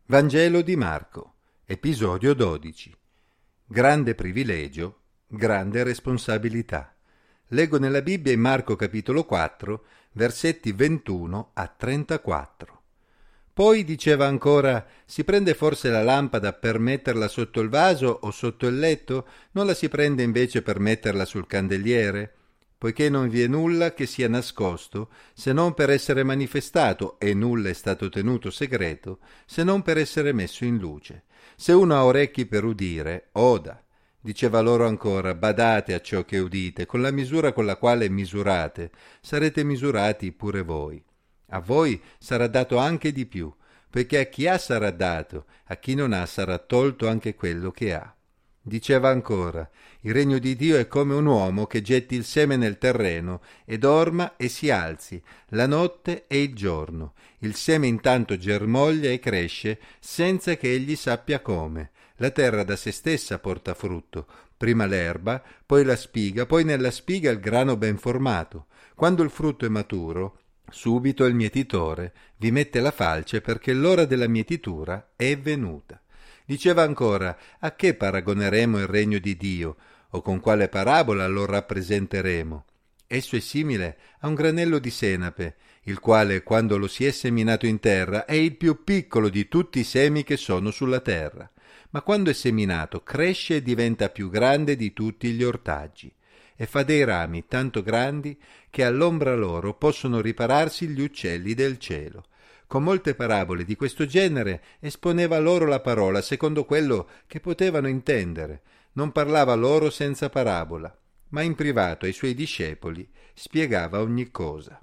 Vangelo di Marco, episodio 12. Grande privilegio, grande responsabilità. Leggo nella Bibbia in Marco capitolo 4, versetti 21 a 34. Poi diceva ancora: si prende forse la lampada per metterla sotto il vaso o sotto il letto? Non la si prende invece per metterla sul candeliere? Poiché non vi è nulla che sia nascosto, se non per essere manifestato, e nulla è stato tenuto segreto, se non per essere messo in luce. Se uno ha orecchi per udire, oda. Diceva loro ancora: badate a ciò che udite, con la misura con la quale misurate, sarete misurati pure voi. A voi sarà dato anche di più, poiché a chi ha sarà dato, a chi non ha sarà tolto anche quello che ha. Diceva ancora: il regno di Dio è come un uomo che getti il seme nel terreno e dorma e si alzi, la notte e il giorno. Il seme intanto germoglia e cresce senza che egli sappia come. La terra da se stessa porta frutto, prima l'erba, poi la spiga, poi nella spiga il grano ben formato. Quando il frutto è maturo, subito il mietitore vi mette la falce perché l'ora della mietitura è venuta. Diceva ancora: a che paragoneremo il regno di Dio, o con quale parabola lo rappresenteremo? Esso è simile a un granello di senape, il quale, quando lo si è seminato in terra, è il più piccolo di tutti i semi che sono sulla terra. Ma quando è seminato, cresce e diventa più grande di tutti gli ortaggi, e fa dei rami tanto grandi che all'ombra loro possono ripararsi gli uccelli del cielo. Con molte parabole di questo genere esponeva loro la parola secondo quello che potevano intendere. Non parlava loro senza parabola, ma in privato ai suoi discepoli spiegava ogni cosa.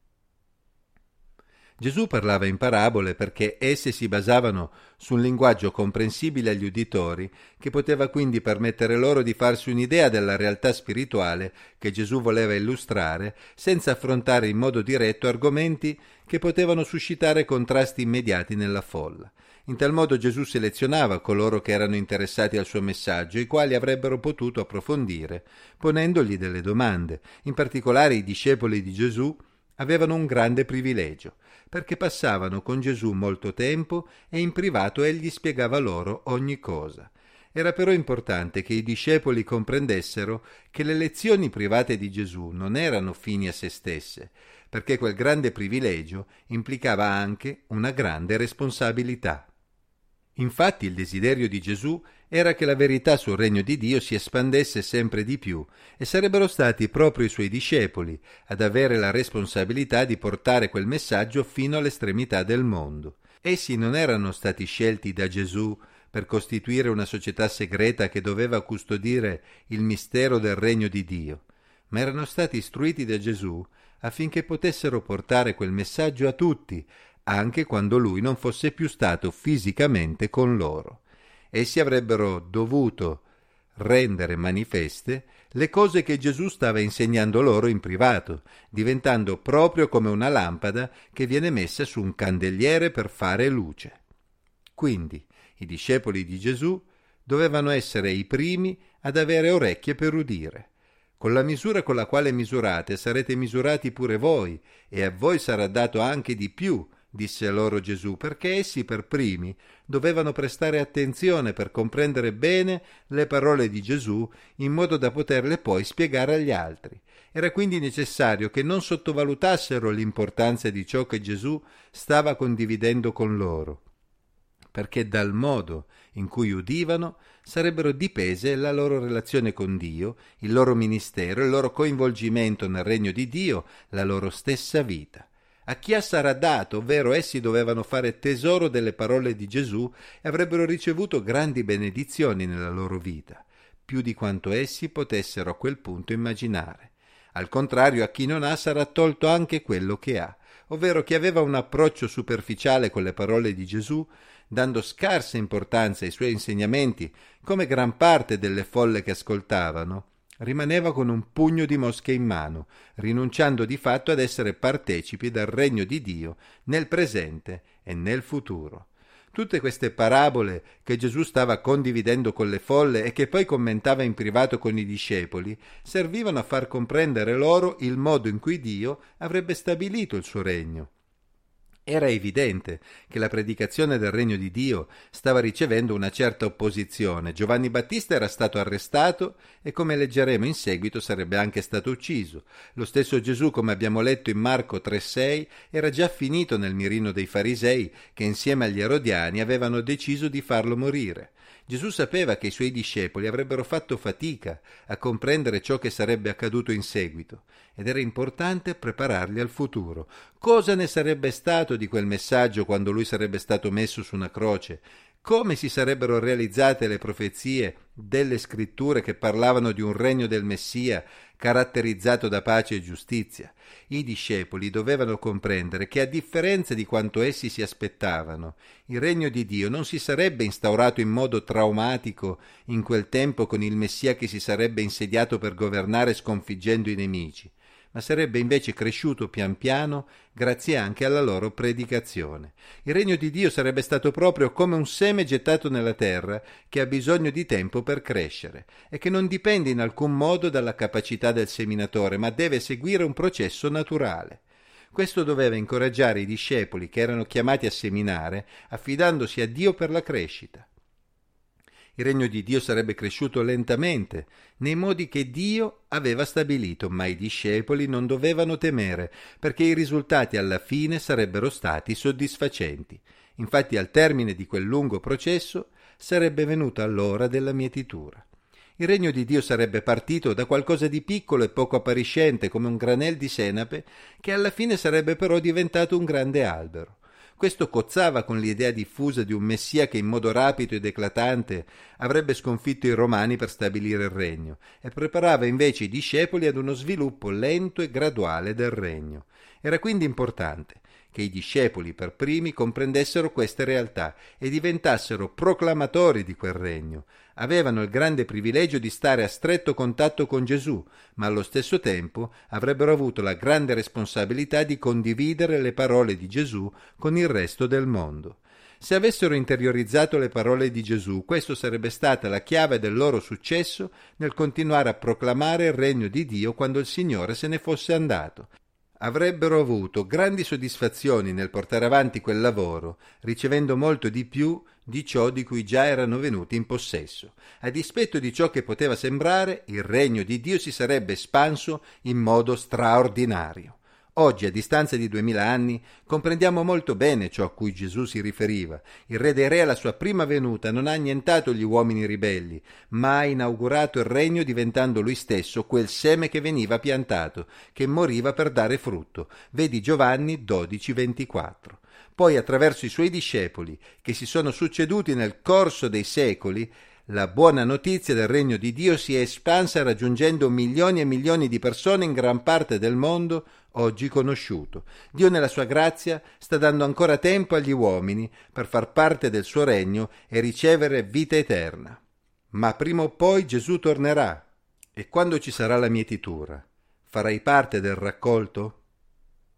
Gesù parlava in parabole perché esse si basavano su un linguaggio comprensibile agli uditori, che poteva quindi permettere loro di farsi un'idea della realtà spirituale che Gesù voleva illustrare, senza affrontare in modo diretto argomenti che potevano suscitare contrasti immediati nella folla. In tal modo Gesù selezionava coloro che erano interessati al suo messaggio, i quali avrebbero potuto approfondire, ponendogli delle domande. In particolare i discepoli di Gesù avevano un grande privilegio, perché passavano con Gesù molto tempo e in privato egli spiegava loro ogni cosa. Era però importante che i discepoli comprendessero che le lezioni private di Gesù non erano fini a se stesse, perché quel grande privilegio implicava anche una grande responsabilità. Infatti il desiderio di Gesù era che la verità sul regno di Dio si espandesse sempre di più, e sarebbero stati proprio i suoi discepoli ad avere la responsabilità di portare quel messaggio fino all'estremità del mondo. Essi non erano stati scelti da Gesù per costituire una società segreta che doveva custodire il mistero del regno di Dio, ma erano stati istruiti da Gesù affinché potessero portare quel messaggio a tutti, anche quando lui non fosse più stato fisicamente con loro. Essi avrebbero dovuto rendere manifeste le cose che Gesù stava insegnando loro in privato, diventando proprio come una lampada che viene messa su un candeliere per fare luce. Quindi i discepoli di Gesù dovevano essere i primi ad avere orecchie per udire. Con la misura con la quale misurate sarete misurati pure voi, e a voi sarà dato anche di più, disse loro Gesù, perché essi per primi dovevano prestare attenzione per comprendere bene le parole di Gesù in modo da poterle poi spiegare agli altri. Era quindi necessario che non sottovalutassero l'importanza di ciò che Gesù stava condividendo con loro, perché dal modo in cui udivano sarebbero dipese la loro relazione con Dio, il loro ministero, il loro coinvolgimento nel regno di Dio, la loro stessa vita. A chi sarà dato, ovvero essi dovevano fare tesoro delle parole di Gesù e avrebbero ricevuto grandi benedizioni nella loro vita, più di quanto essi potessero a quel punto immaginare. Al contrario, a chi non ha sarà tolto anche quello che ha, ovvero chi aveva un approccio superficiale con le parole di Gesù, dando scarsa importanza ai suoi insegnamenti, come gran parte delle folle che ascoltavano, rimaneva con un pugno di mosche in mano, rinunciando di fatto ad essere partecipi del regno di Dio nel presente e nel futuro. Tutte queste parabole che Gesù stava condividendo con le folle e che poi commentava in privato con i discepoli servivano a far comprendere loro il modo in cui Dio avrebbe stabilito il suo regno. Era evidente che la predicazione del regno di Dio stava ricevendo una certa opposizione. Giovanni Battista era stato arrestato e, come leggeremo in seguito, sarebbe anche stato ucciso. Lo stesso Gesù, come abbiamo letto in Marco 3,6, era già finito nel mirino dei farisei che insieme agli erodiani avevano deciso di farlo morire. Gesù sapeva che i suoi discepoli avrebbero fatto fatica a comprendere ciò che sarebbe accaduto in seguito ed era importante prepararli al futuro. Cosa ne sarebbe stato di quel messaggio quando lui sarebbe stato messo su una croce? Come si sarebbero realizzate le profezie delle scritture che parlavano di un regno del Messia caratterizzato da pace e giustizia? I discepoli dovevano comprendere che, a differenza di quanto essi si aspettavano, il regno di Dio non si sarebbe instaurato in modo traumatico in quel tempo con il Messia che si sarebbe insediato per governare sconfiggendo i nemici, ma sarebbe invece cresciuto pian piano grazie anche alla loro predicazione. Il regno di Dio sarebbe stato proprio come un seme gettato nella terra che ha bisogno di tempo per crescere e che non dipende in alcun modo dalla capacità del seminatore, ma deve seguire un processo naturale. Questo doveva incoraggiare i discepoli che erano chiamati a seminare, affidandosi a Dio per la crescita. Il regno di Dio sarebbe cresciuto lentamente, nei modi che Dio aveva stabilito, ma i discepoli non dovevano temere, perché i risultati alla fine sarebbero stati soddisfacenti. Infatti, al termine di quel lungo processo, sarebbe venuta l'ora della mietitura. Il regno di Dio sarebbe partito da qualcosa di piccolo e poco appariscente, come un granel di senape, che alla fine sarebbe però diventato un grande albero. Questo cozzava con l'idea diffusa di un Messia che in modo rapido ed eclatante avrebbe sconfitto i Romani per stabilire il regno e preparava invece i discepoli ad uno sviluppo lento e graduale del regno. Era quindi importante che i discepoli per primi comprendessero queste realtà e diventassero proclamatori di quel regno. Avevano il grande privilegio di stare a stretto contatto con Gesù, ma allo stesso tempo avrebbero avuto la grande responsabilità di condividere le parole di Gesù con il resto del mondo. Se avessero interiorizzato le parole di Gesù, questo sarebbe stata la chiave del loro successo nel continuare a proclamare il regno di Dio quando il Signore se ne fosse andato. Avrebbero avuto grandi soddisfazioni nel portare avanti quel lavoro, ricevendo molto di più di ciò di cui già erano venuti in possesso. A dispetto di ciò che poteva sembrare, il regno di Dio si sarebbe espanso in modo straordinario. Oggi, a distanza di 2000 anni, comprendiamo molto bene ciò a cui Gesù si riferiva. Il Re dei Re alla sua prima venuta non ha annientato gli uomini ribelli, ma ha inaugurato il regno diventando lui stesso quel seme che veniva piantato, che moriva per dare frutto. Vedi Giovanni 12:24. Poi, attraverso i suoi discepoli, che si sono succeduti nel corso dei secoli, la buona notizia del regno di Dio si è espansa raggiungendo milioni e milioni di persone in gran parte del mondo oggi conosciuto. Dio nella sua grazia sta dando ancora tempo agli uomini per far parte del suo regno e ricevere vita eterna. Ma prima o poi Gesù tornerà e quando ci sarà la mietitura, farai parte del raccolto?